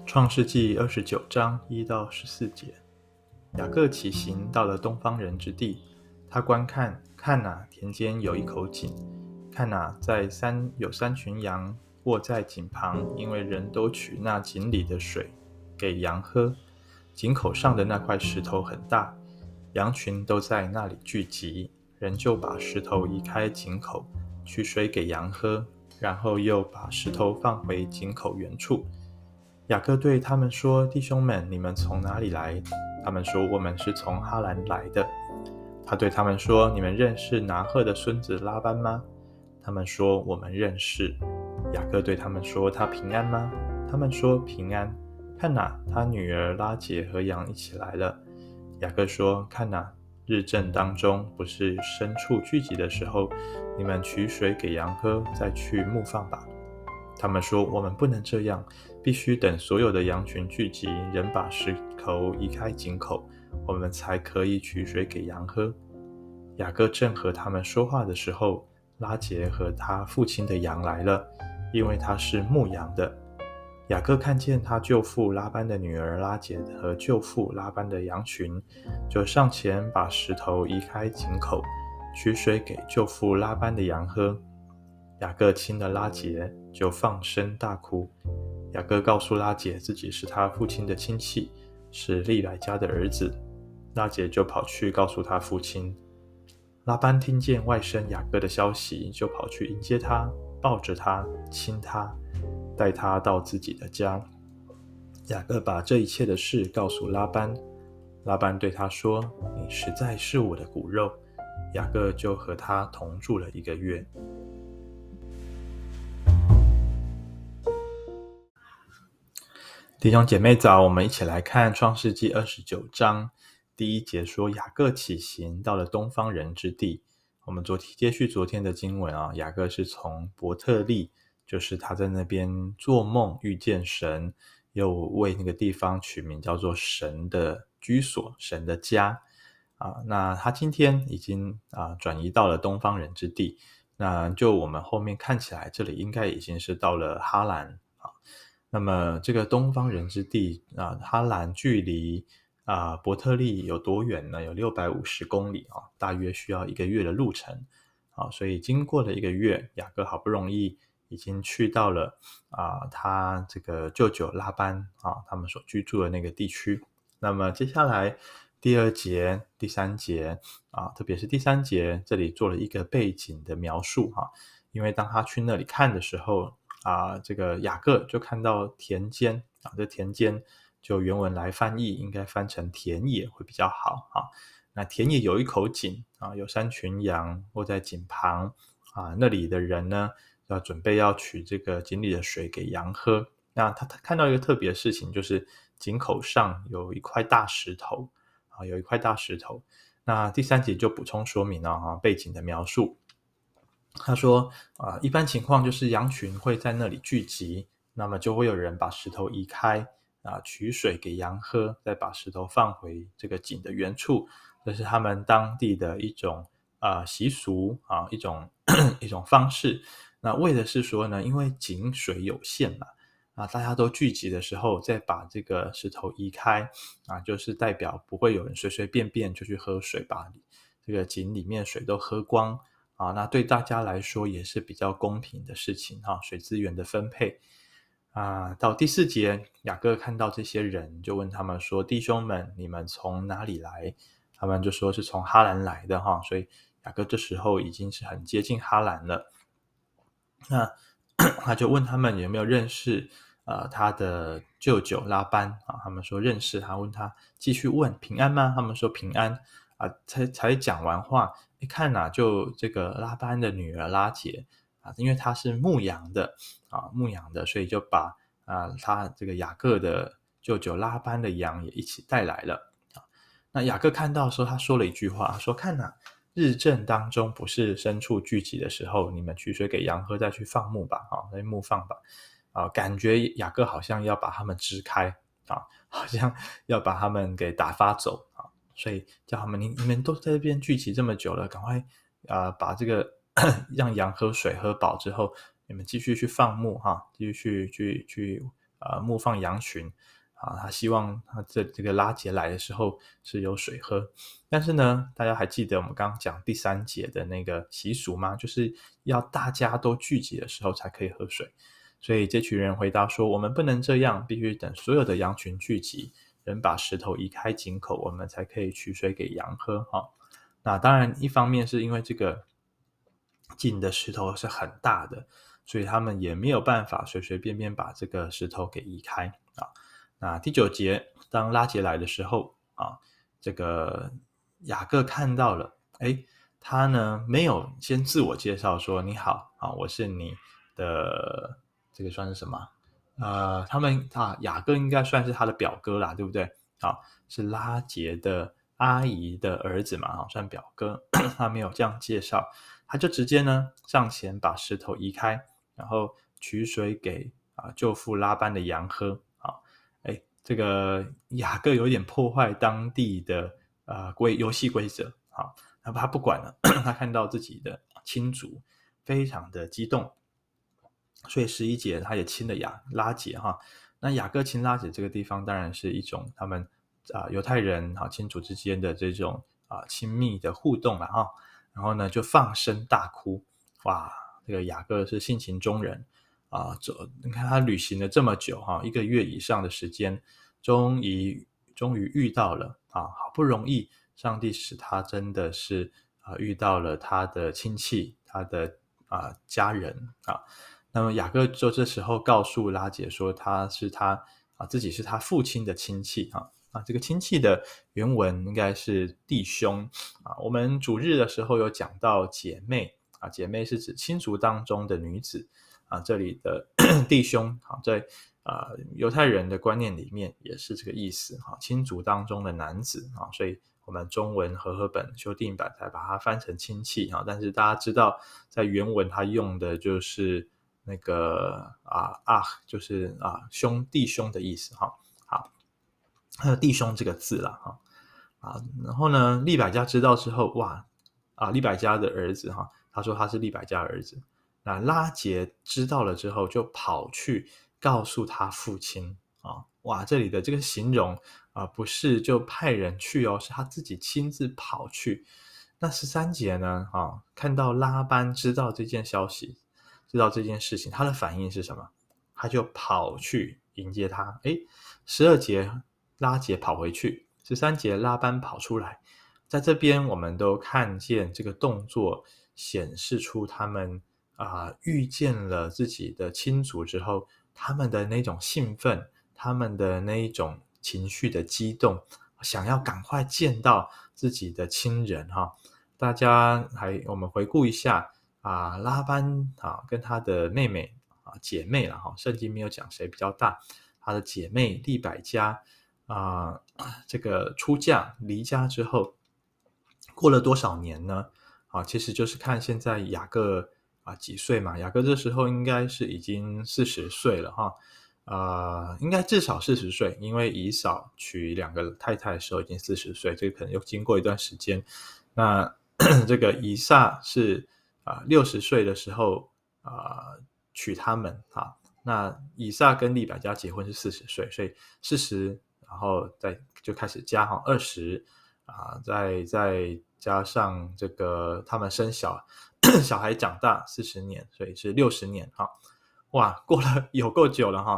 创世纪29章1到14节，雅各起行到了东方人之地，他观看，看哪，田间有一口井，看哪，有三群羊卧在井旁，因为人都取那井里的水给羊喝。井口上的那块石头很大，羊群都在那里聚集，人就把石头移开井口，取水给羊喝，然后又把石头放回井口原处。雅各对他们说：弟兄们，你们从哪里来？他们说：我们是从哈兰来的。他对他们说：你们认识拿鹤的孙子拉班吗？他们说：我们认识。雅各对他们说：他平安吗？他们说：平安。看哪，他女儿拉结和羊一起来了。雅各说：看哪，日正当中，不是牲畜聚集的时候，你们取水给羊喝，再去牧放吧。他们说：我们不能这样，必须等所有的羊群聚集，人把石头移开井口，我们才可以取水给羊喝。雅各正和他们说话的时候，拉结和他父亲的羊来了，因为他是牧羊的。雅各看见他舅父拉班的女儿拉结和舅父拉班的羊群，就上前把石头移开井口，取水给舅父拉班的羊喝。雅各亲了拉结，就放声大哭。雅各告诉拉结自己是他父亲的亲戚，是利百加的儿子。拉结就跑去告诉他父亲。拉班听见外甥雅各的消息，就跑去迎接他，抱着他，亲他，带他到自己的家。雅各把这一切的事告诉拉班。拉班对他说：你实在是我的骨肉。雅各就和他同住了1个月。弟兄姐妹早，我们一起来看创世纪29章第1节，说雅各起行到了东方人之地。我们接续昨天的经文啊，雅各是从伯特利，就是他在那边做梦遇见神，又为那个地方取名叫做神的居所，神的家那他今天已经转移到了东方人之地。那就我们后面看起来，这里应该已经是到了哈兰那么这个东方人之地哈兰距离伯特利有多远呢？有650公里大约需要1个月的路程所以经过了1个月，雅各好不容易已经去到了他这个舅舅拉班他们所居住的那个地区。那么接下来第2节、第3节特别是第3节，这里做了一个背景的描述因为当他去那里看的时候这个雅各就看到田间这田间就原文来翻译应该翻成田野会比较好那田野有一口井有3群羊卧在井旁那里的人呢准备要取这个井里的水给羊喝。那他看到一个特别的事情，就是井口上有一块大石头那第3节就补充说明了背景的描述。他说一般情况就是羊群会在那里聚集，那么就会有人把石头移开取水给羊喝，再把石头放回这个井的原处。这是他们当地的一种习俗一种方式。那为的是说呢，因为井水有限嘛大家都聚集的时候，再把这个石头移开就是代表不会有人随随便便就去喝水，把这个井里面水都喝光那对大家来说也是比较公平的事情水资源的分配到第4节，雅各看到这些人，就问他们说：弟兄们，你们从哪里来？他们就说是从哈兰来的所以雅各这时候已经是很接近哈兰了。那他就问他们有没有认识他的舅舅拉班他们说认识。他问他继续问平安吗？他们说平安才讲完话，一看就这个拉班的女儿拉结因为他是牧羊的，所以就把他这个雅各的舅舅拉班的羊也一起带来了那雅各看到的时候，他说了一句话，说看日正当中，不是牲畜聚集的时候，你们取水给羊喝，再去放牧吧再牧放吧感觉雅各好像要把他们支开好像要把他们给打发走所以叫他们你们都在这边聚集这么久了，赶快把这个让羊喝水喝饱之后，你们继续去放牧继续去牧放羊群他希望他这个拉结来的时候是有水喝。但是呢，大家还记得我们刚刚讲第3节的那个习俗吗？就是要大家都聚集的时候才可以喝水。所以这群人回答说，我们不能这样，必须等所有的羊群聚集，人把石头移开井口，我们才可以取水给羊喝。那当然一方面是因为这个井的石头是很大的，所以他们也没有办法随随便便把这个石头给移开那第9节，当拉结来的时候这个雅各看到了，他呢没有先自我介绍说你好我是你的这个算是什么他们雅各应该算是他的表哥啦，对不对是拉结的阿姨的儿子嘛算表哥他没有这样介绍，他就直接呢上前把石头移开，然后取水给舅父拉班的羊喝这个雅各有点破坏当地的游戏规则他不管了他看到自己的亲族非常的激动，所以11节他也亲了拉结那雅各亲拉结这个地方当然是一种他们犹太人亲族之间的这种亲密的互动了然后呢就放声大哭。哇，这个雅各是性情中人你看他旅行了这么久1个月以上的时间，终于遇到了好不容易上帝使他真的是遇到了他的亲戚，他的家人那么雅各就这时候告诉拉结说他自己是他父亲的亲戚这个亲戚的原文应该是弟兄我们主日的时候有讲到姐妹姐妹是指亲族当中的女子这里的弟兄在犹太人的观念里面也是这个意思亲族当中的男子所以我们中文和合本修订版才把它翻成亲戚但是大家知道在原文它用的就是那个就是弟兄的意思好，弟兄这个字啦然后呢利百加知道之后利百加的儿子他说他是利百加儿子，那拉结知道了之后就跑去告诉他父亲这里的这个形容不是就派人去是他自己亲自跑去。那13节呢看到拉班知道这件消息，知道这件事情，他的反应是什么？他就跑去迎接他。12节拉结跑回去，13节拉班跑出来。在这边我们都看见这个动作显示出他们遇见了自己的亲族之后，他们的那种兴奋，他们的那一种情绪的激动，想要赶快见到自己的亲人大家我们回顾一下拉班跟他的妹妹姐妹啦圣经没有讲谁比较大，他的姐妹利百加这个出嫁离家之后过了多少年呢其实就是看现在雅各几岁嘛，雅各这时候应该是已经40岁了应该至少40岁，因为以扫娶2个太太的时候已经40岁，这个可能又经过一段时间。那这个以撒是60岁的时候娶他们那以撒跟利百加结婚是40岁，所以40然后再就开始加20再加上这个他们生小孩长大40年，所以是60年哇，过了有够久了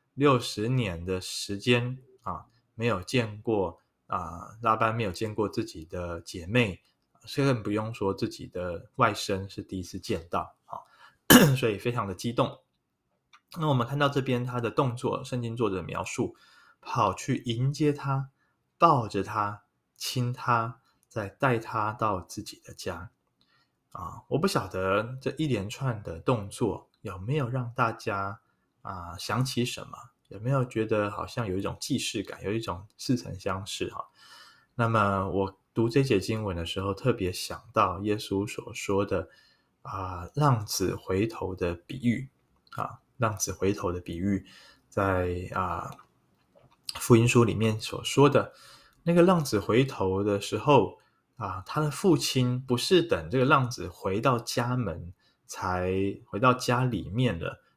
60年的时间没有见过拉班没有见过自己的姐妹，更不用说自己的外甥是第一次见到所以非常的激动。那我们看到这边他的动作，圣经作者描述跑去迎接他，抱着他，亲他，再带他到自己的家我不晓得这一连串的动作有没有让大家想起什么，有没有觉得好像有一种既视感，有一种似曾相识那么我读这节经文的时候特别想到耶稣所说的浪子回头的比喻浪子回头的比喻在福音书里面所说的那个浪子回头的时候他的父亲不是等这个浪子回到家门才回到家里面了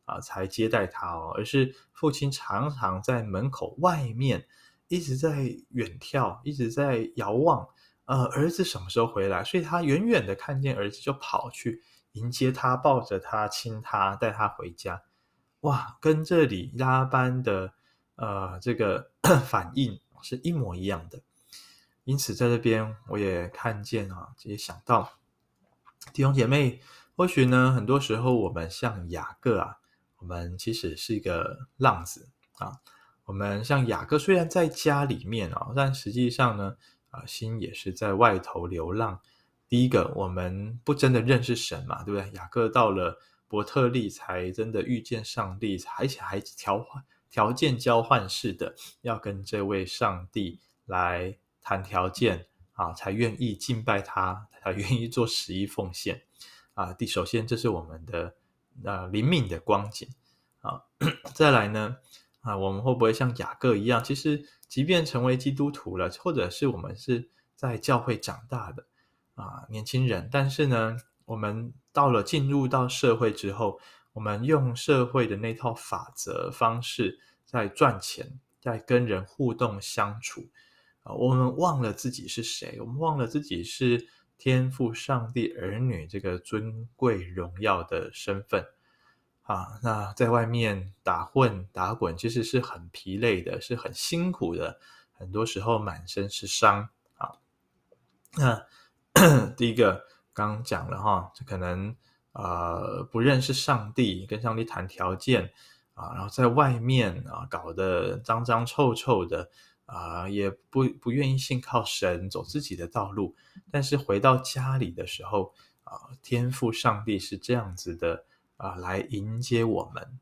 才接待他而是父亲常常在门口外面一直在远眺，一直在遥望，儿子什么时候回来？所以他远远的看见儿子就跑去迎接他，抱着他，亲他，带他回家。哇，跟这里拉班的这个反应是一模一样的。因此在这边我也看见也想到弟兄姐妹，或许呢很多时候我们像雅各我们其实是一个浪子我们像雅各虽然在家里面但实际上呢心也是在外头流浪。第一个，我们不真的认识神嘛，对不对？雅各到了伯特利才真的遇见上帝，而且还条件交换式的要跟这位上帝来谈条件才愿意敬拜他，才愿意做11奉献首先这是我们的灵命的光景再来呢我们会不会像雅各一样，其实即便成为基督徒了，或者是我们是在教会长大的年轻人，但是呢我们进入到社会之后，我们用社会的那套法则方式在赚钱，在跟人互动相处我们忘了自己是谁，我们忘了自己是天父上帝儿女这个尊贵荣耀的身份那在外面打混打滚其实是很疲累的，是很辛苦的，很多时候满身是伤那第一个刚刚讲了这可能不认识上帝，跟上帝谈条件然后在外面搞得脏脏臭臭的也不愿意信靠神，走自己的道路。但是回到家里的时候天父上帝是这样子的来迎接我们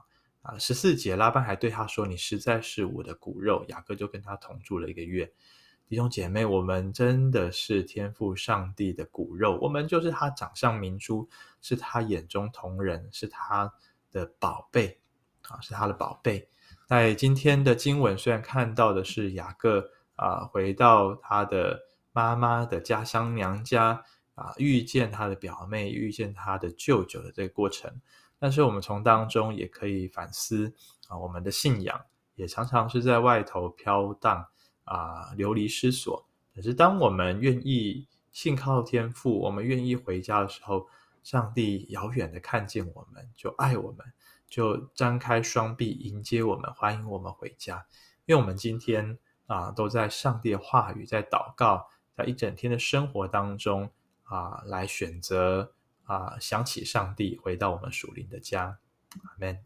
14节拉班还对他说，你实在是我的骨肉，雅各就跟他同住了1个月。弟兄姐妹，我们真的是天父上帝的骨肉，我们就是他掌上明珠，是他眼中瞳人，是他的宝贝是他的宝贝。在今天的经文虽然看到的是雅各回到他的妈妈的家乡娘家遇见他的表妹，遇见他的舅舅的这个过程，但是我们从当中也可以反思我们的信仰也常常是在外头飘荡流离失所。可是当我们愿意信靠天父，我们愿意回家的时候，上帝遥远的看见我们，就爱我们，就张开双臂迎接我们，欢迎我们回家。因为我们今天都在上帝的话语，在祷告，在一整天的生活当中来选择想起上帝，回到我们属灵的家。阿们。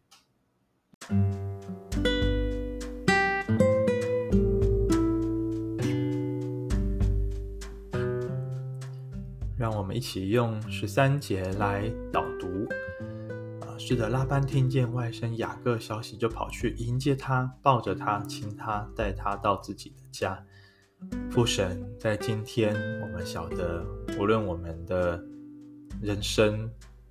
让我们一起用13节来导读是的，拉班听见外甥雅各消息，就跑去迎接他，抱着他，亲他，带他到自己的家。父神，在今天我们晓得，无论我们的人生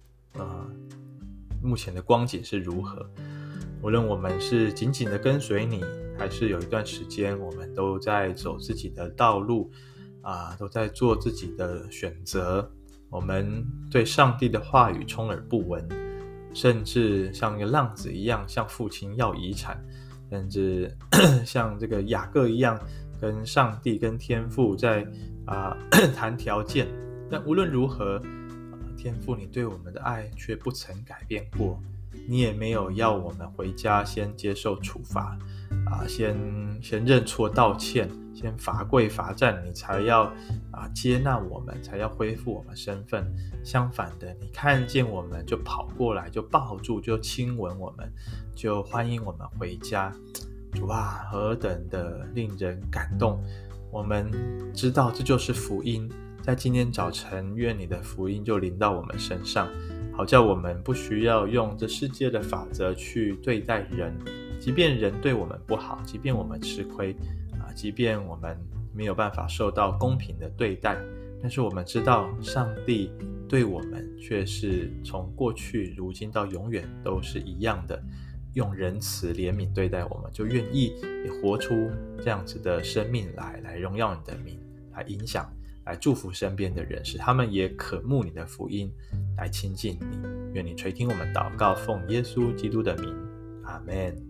目前的光景是如何，无论我们是紧紧的跟随你，还是有一段时间我们都在走自己的道路都在做自己的选择，我们对上帝的话语充耳不闻，甚至像一个浪子一样向父亲要遗产，甚至像这个雅各一样跟上帝跟天父在谈条件。但无论如何天父你对我们的爱却不曾改变过，你也没有要我们回家先接受处罚先认错道歉，先罚跪罚站，你才要接纳我们，才要恢复我们身份。相反的，你看见我们就跑过来，就抱住，就亲吻我们，就欢迎我们回家。主何等的令人感动！我们知道这就是福音，在今天早晨，愿你的福音就临到我们身上，好叫我们不需要用这世界的法则去对待人，即便人对我们不好，即便我们吃亏即便我们没有办法受到公平的对待，但是我们知道上帝对我们却是从过去如今到永远都是一样的，用仁慈怜悯对待我们，就愿意也活出这样子的生命来荣耀你的名，来影响来祝福身边的人，使他们也渴慕你的福音，来亲近你。愿你垂听我们祷告，奉耶稣基督的名，阿们。